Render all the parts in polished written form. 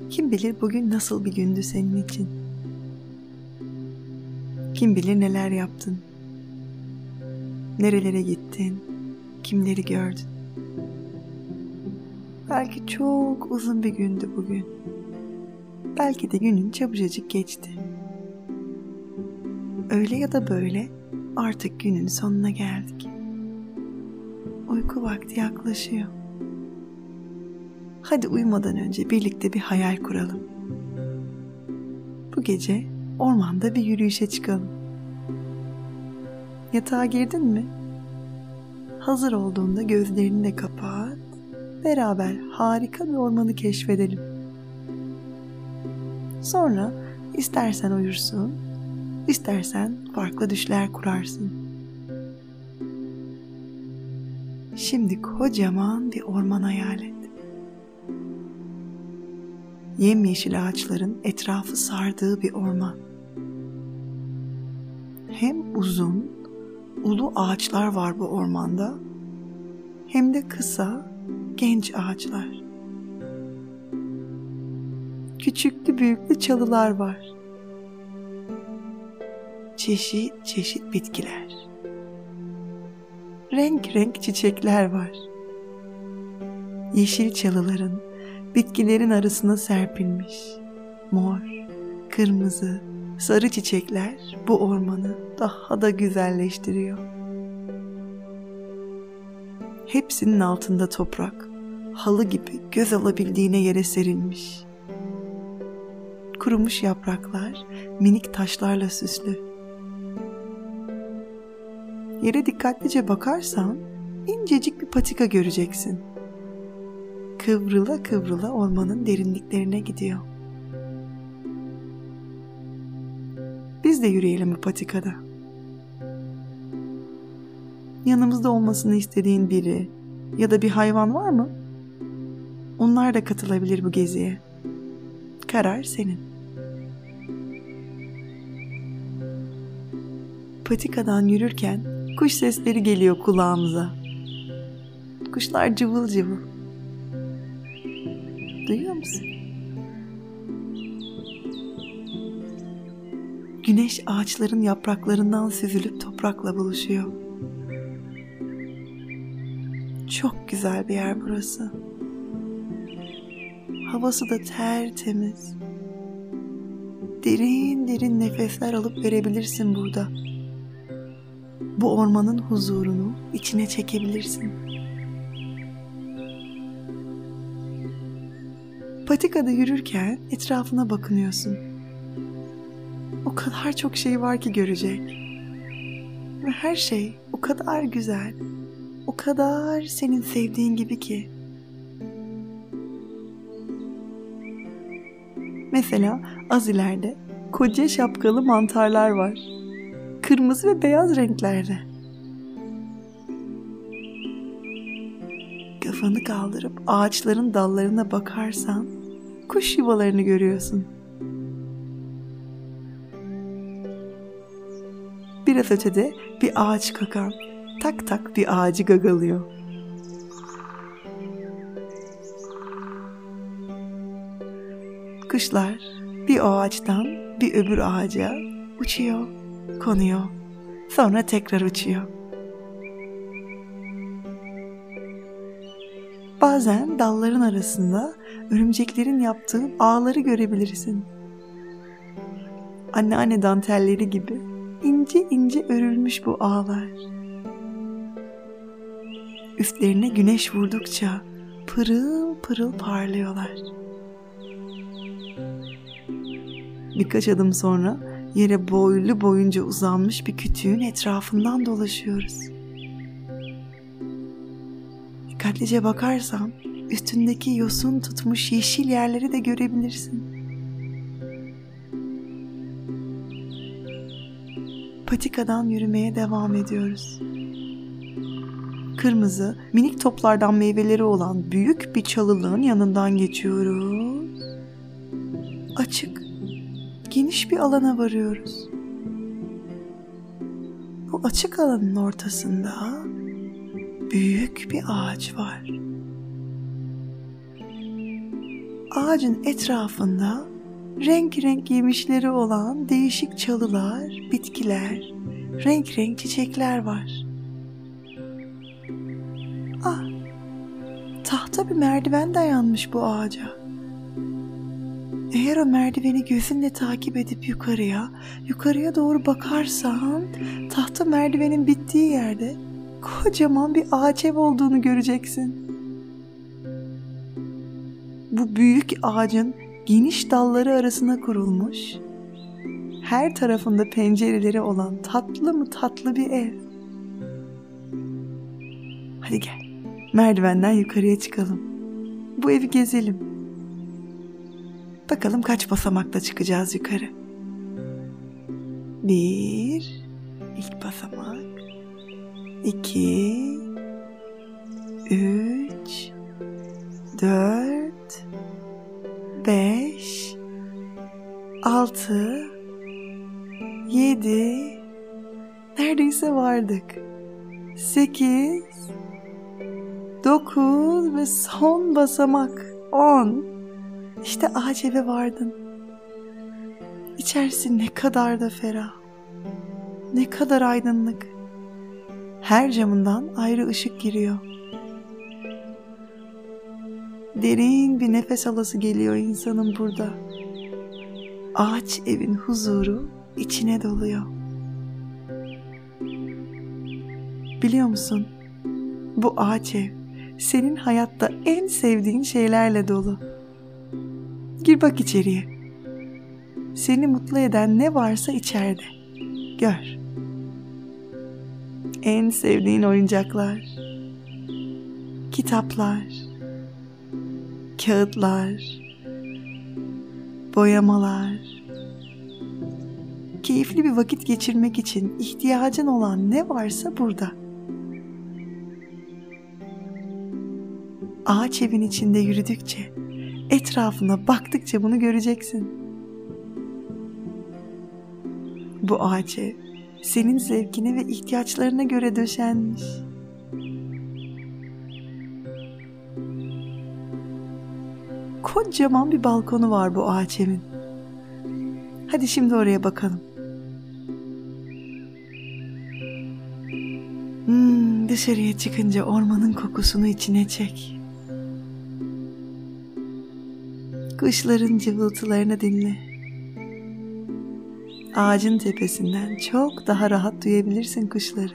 Kim bilir bugün nasıl bir gündü senin için? Kim bilir neler yaptın? Nerelere gittin? Kimleri gördün? Belki çok uzun bir gündü bugün. Belki de günün çabucacık geçti. Öyle ya da böyle artık günün sonuna geldik. Uyku vakti yaklaşıyor. Hadi uyumadan önce birlikte bir hayal kuralım. Bu gece ormanda bir yürüyüşe çıkalım. Yatağa girdin mi? Hazır olduğunda gözlerini de kapat. Beraber harika bir ormanı keşfedelim. Sonra istersen uyursun, istersen farklı düşler kurarsın. Şimdi kocaman bir orman hayal et. Yemyeşil ağaçların etrafı sardığı bir orman. Hem uzun, ulu ağaçlar var bu ormanda, hem de kısa, genç ağaçlar. Küçüklü büyüklü çalılar var. Çeşit çeşit bitkiler. Renk renk çiçekler var. Yeşil çalıların, bitkilerin arasına serpilmiş mor, kırmızı, sarı çiçekler bu ormanı daha da güzelleştiriyor. Hepsinin altında toprak, halı gibi göz alabildiğine yere serilmiş. Kurumuş yapraklar minik taşlarla süslü. Yere dikkatlice bakarsan incecik bir patika göreceksin. Kıvrıla kıvrıla ormanın derinliklerine gidiyor. Biz de yürüyelim bu patikada. Yanımızda olmasını istediğin biri ya da bir hayvan var mı? Onlar da katılabilir bu geziye. Karar senin. Patikadan yürürken kuş sesleri geliyor kulağımıza. Kuşlar cıvıl cıvıl. Duyuyor musun? Güneş ağaçların yapraklarından süzülüp toprakla buluşuyor. Çok güzel bir yer burası. Havası da tertemiz. Derin derin nefesler alıp verebilirsin burada. Bu ormanın huzurunu içine çekebilirsin. Patikada yürürken etrafına bakınıyorsun. O kadar çok şey var ki görecek. Ve her şey o kadar güzel, o kadar senin sevdiğin gibi ki. Mesela az ileride koca şapkalı mantarlar var. Kırmızı ve beyaz renklerde. Kafanı kaldırıp ağaçların dallarına bakarsan kuş yuvalarını görüyorsun. Biraz ötede bir ağaç kakan tak tak bir ağacı gagalıyor. Kuşlar bir o ağaçtan bir öbür ağaca uçuyor, konuyor, sonra tekrar uçuyor. Bazen dalların arasında örümceklerin yaptığı ağları görebilirsin. Anneanne dantelleri gibi ince ince örülmüş bu ağlar. Üstlerine güneş vurdukça pırıl pırıl parlıyorlar. Birkaç adım sonra yere boylu boyunca uzanmış bir kütüğün etrafından dolaşıyoruz. Dikkatlice bakarsan üstündeki yosun tutmuş yeşil yerleri de görebilirsin. Patikadan yürümeye devam ediyoruz. Kırmızı, minik toplardan meyveleri olan büyük bir çalılığın yanından geçiyoruz. Açık, geniş bir alana varıyoruz. Bu açık alanın ortasında büyük bir ağaç var. ağacın etrafında renk renk yemişleri olan değişik çalılar, bitkiler, renk renk çiçekler var. Ah, tahta bir merdiven dayanmış bu ağaca. Eğer o merdiveni gözünle takip edip yukarıya doğru bakarsan, tahta merdivenin bittiği yerde kocaman bir ağaç ev olduğunu göreceksin. Bu büyük ağacın geniş dalları arasına kurulmuş, her tarafında pencereleri olan tatlı mı tatlı bir ev. Hadi gel, merdivenden yukarıya çıkalım. Bu evi gezelim. Bakalım kaç basamakla çıkacağız yukarı. 1, ilk basamak. 2, 3, 4, 5, 6, 7, neredeyse vardık. 8, 9 ve son basamak 10. İşte ağaç eve vardın. İçerisi ne kadar da ferah, ne kadar aydınlık. Her camından ayrı ışık giriyor. Derin bir nefes alası geliyor insanın burada. Ağaç evin huzuru içine doluyor. Biliyor musun? Bu ağaç ev senin hayatta en sevdiğin şeylerle dolu. Gir bak içeriye. Seni mutlu eden ne varsa içeride. Gör. En sevdiğin oyuncaklar, kitaplar, kağıtlar, boyamalar. Keyifli bir vakit geçirmek için ihtiyacın olan ne varsa burada. Ağaç evin içinde yürüdükçe, etrafına baktıkça bunu göreceksin. Bu ağaç ev senin zevkine ve ihtiyaçlarına göre döşenmiş. Kocaman bir balkonu var bu ağaç evin. Hadi şimdi oraya bakalım. Dışarıya çıkınca ormanın kokusunu içine çek. Kuşların cıvıltılarını dinle. Ağacın tepesinden çok daha rahat duyabilirsin kuşları.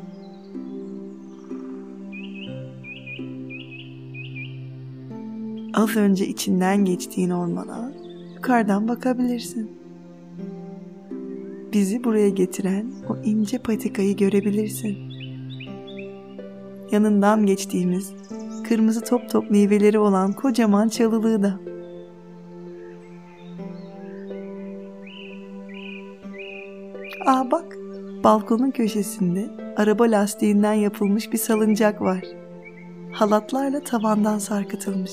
Az önce içinden geçtiğin ormana yukarıdan bakabilirsin. Bizi buraya getiren o ince patikayı görebilirsin. Yanından geçtiğimiz kırmızı top top meyveleri olan kocaman çalılığı da. Bak, balkonun köşesinde araba lastiğinden yapılmış bir salıncak var. Halatlarla tavandan sarkıtılmış.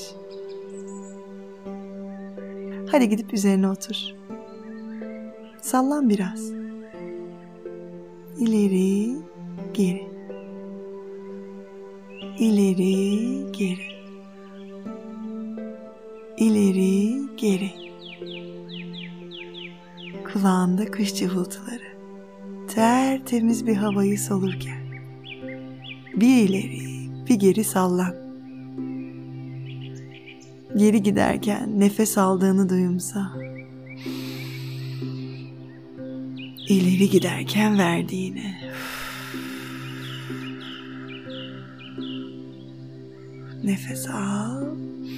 Hadi gidip üzerine otur. Sallan biraz. İleri, geri. İleri, geri. İleri, geri. Kulağında kuş cıvıltıları. Tertemiz bir havayı solurken bir ileri bir geri sallan. Geri giderken nefes aldığını duyumsa, ileri giderken verdiğini. Nefes al,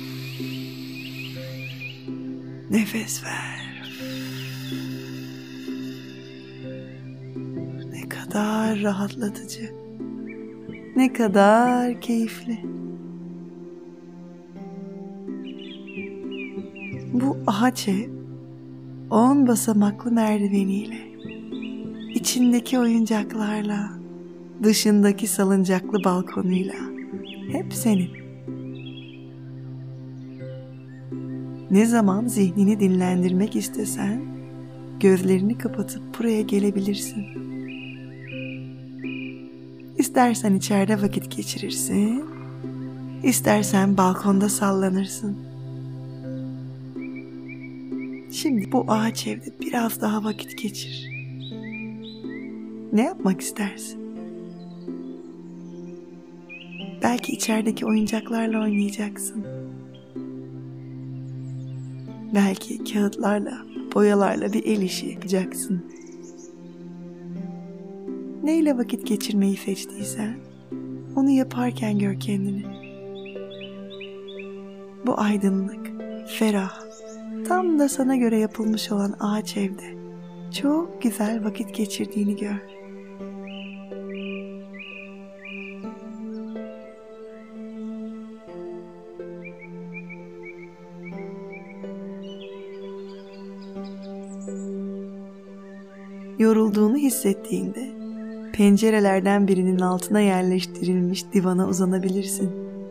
nefes ver. Ne kadar rahatlatıcı, ne kadar keyifli. Bu ağaç ev 10 basamaklı merdiveniyle, içindeki oyuncaklarla, dışındaki salıncaklı balkonuyla hep senin. Ne zaman zihnini dinlendirmek istesen, gözlerini kapatıp buraya gelebilirsin. İstersen içeride vakit geçirirsin, istersen balkonda sallanırsın. Şimdi bu ağaç evde biraz daha vakit geçir. Ne yapmak istersin? Belki içerideki oyuncaklarla oynayacaksın. Belki kağıtlarla, boyalarla bir el işi yapacaksın. Neyle vakit geçirmeyi seçtiysen, onu yaparken gör kendini. Bu aydınlık, ferah, tam da sana göre yapılmış olan ağaç evde çok güzel vakit geçirdiğini gör. Yorulduğunu hissettiğinde pencerelerden birinin altına yerleştirilmiş divana uzanabilirsin.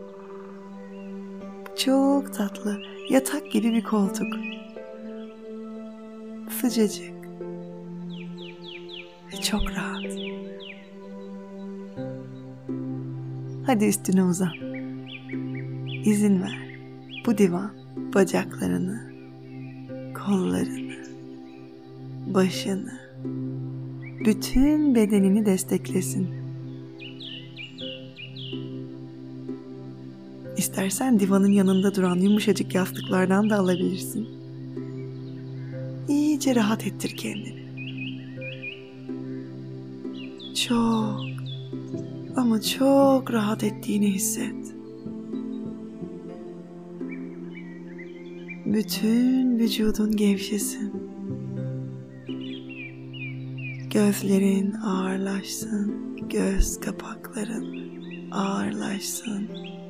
Çok tatlı, yatak gibi bir koltuk. Sıcacık ve çok rahat. Hadi üstüne uzan. İzin ver. Bu divan bacaklarını, kollarını, başını, bütün bedenini desteklesin. İstersen divanın yanında duran yumuşacık yastıklardan da alabilirsin. İyice rahat ettir kendini. Çok ama çok rahat ettiğini hisset. Bütün vücudun gevşesin. Gözlerin ağırlaşsın, göz kapakların ağırlaşsın.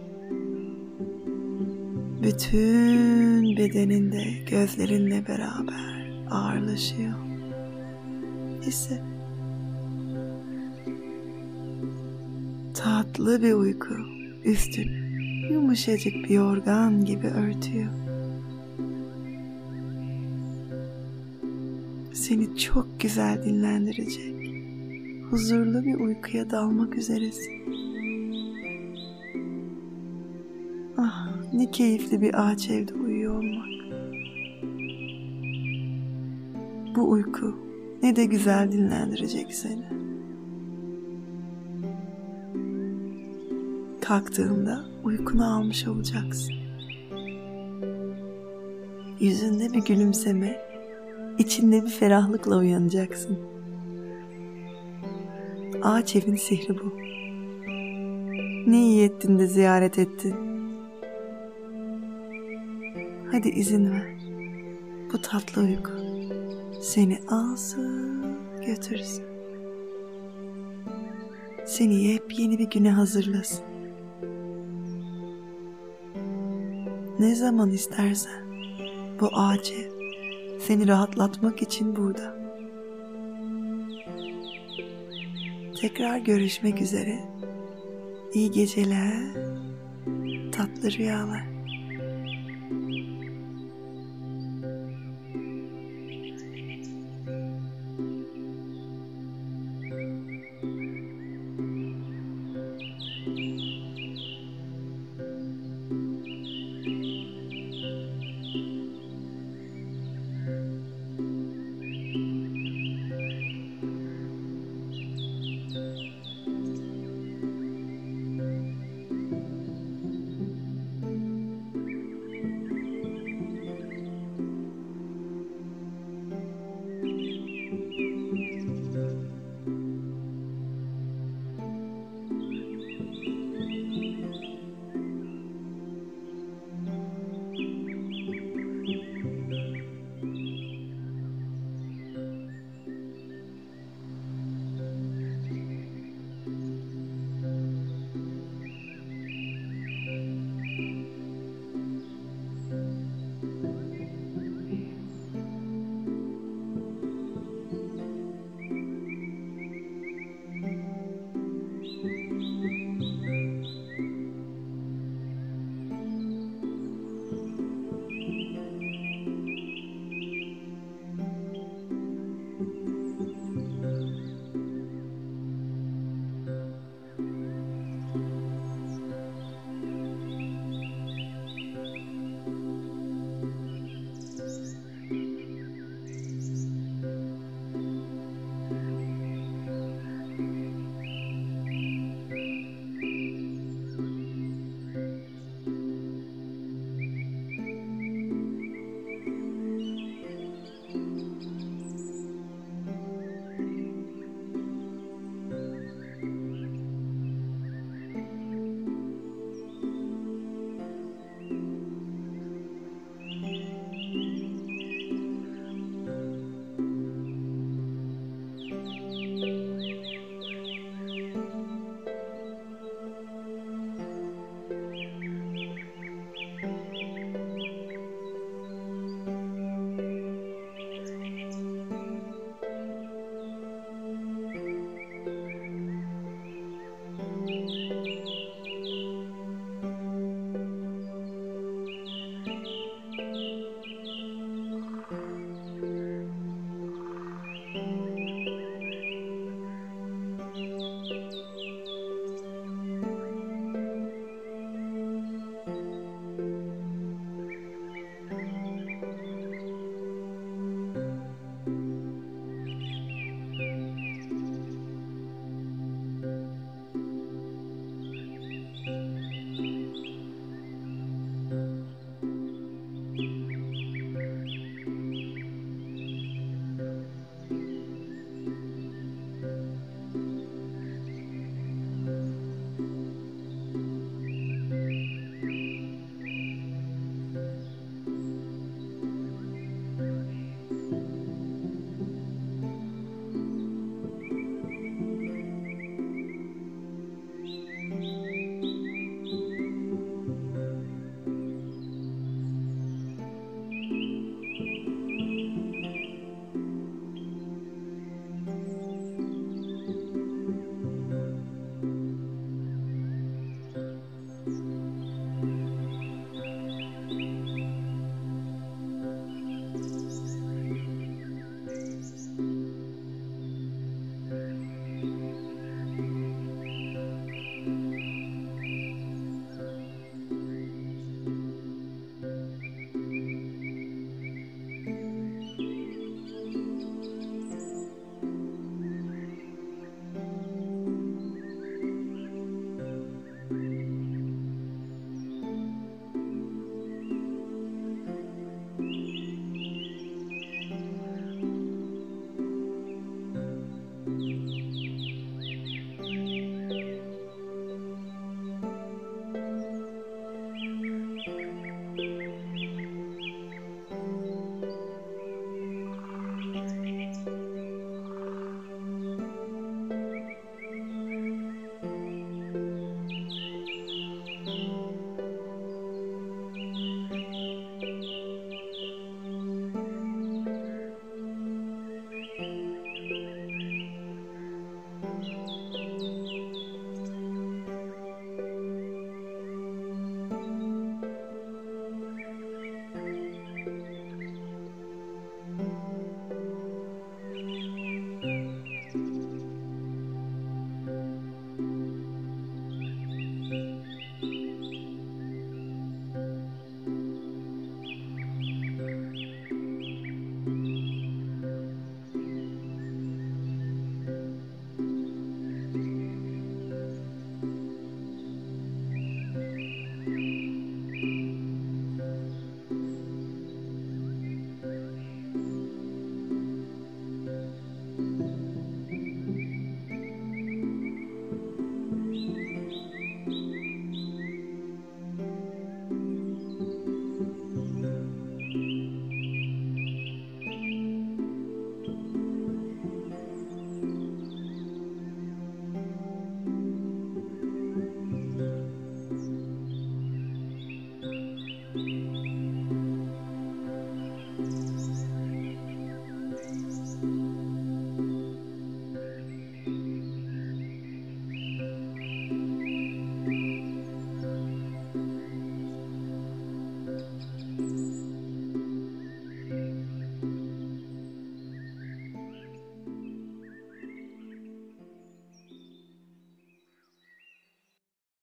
Bütün bedeninde gözlerinle beraber ağırlaşıyor. Hisset. Tatlı bir uyku üstünü yumuşacık bir yorgan gibi örtüyor. Seni çok güzel dinlendirecek, huzurlu bir uykuya dalmak üzeresin. Ah, ne keyifli bir ağaç evde uyuyor olmak. Bu uyku ne de güzel dinlendirecek seni. Kalktığında uykunu almış olacaksın. Yüzünde bir gülümseme, içinde bir ferahlıkla uyanacaksın. Ağaç evin sihri bu. Ne iyi ettin de ziyaret ettin. Hadi izin ver. Bu tatlı uyku seni alsın götürsün. Seni yepyeni bir güne hazırlasın. Ne zaman istersen bu ağaç ev seni rahatlatmak için burada. Tekrar görüşmek üzere. İyi geceler, tatlı rüyalar.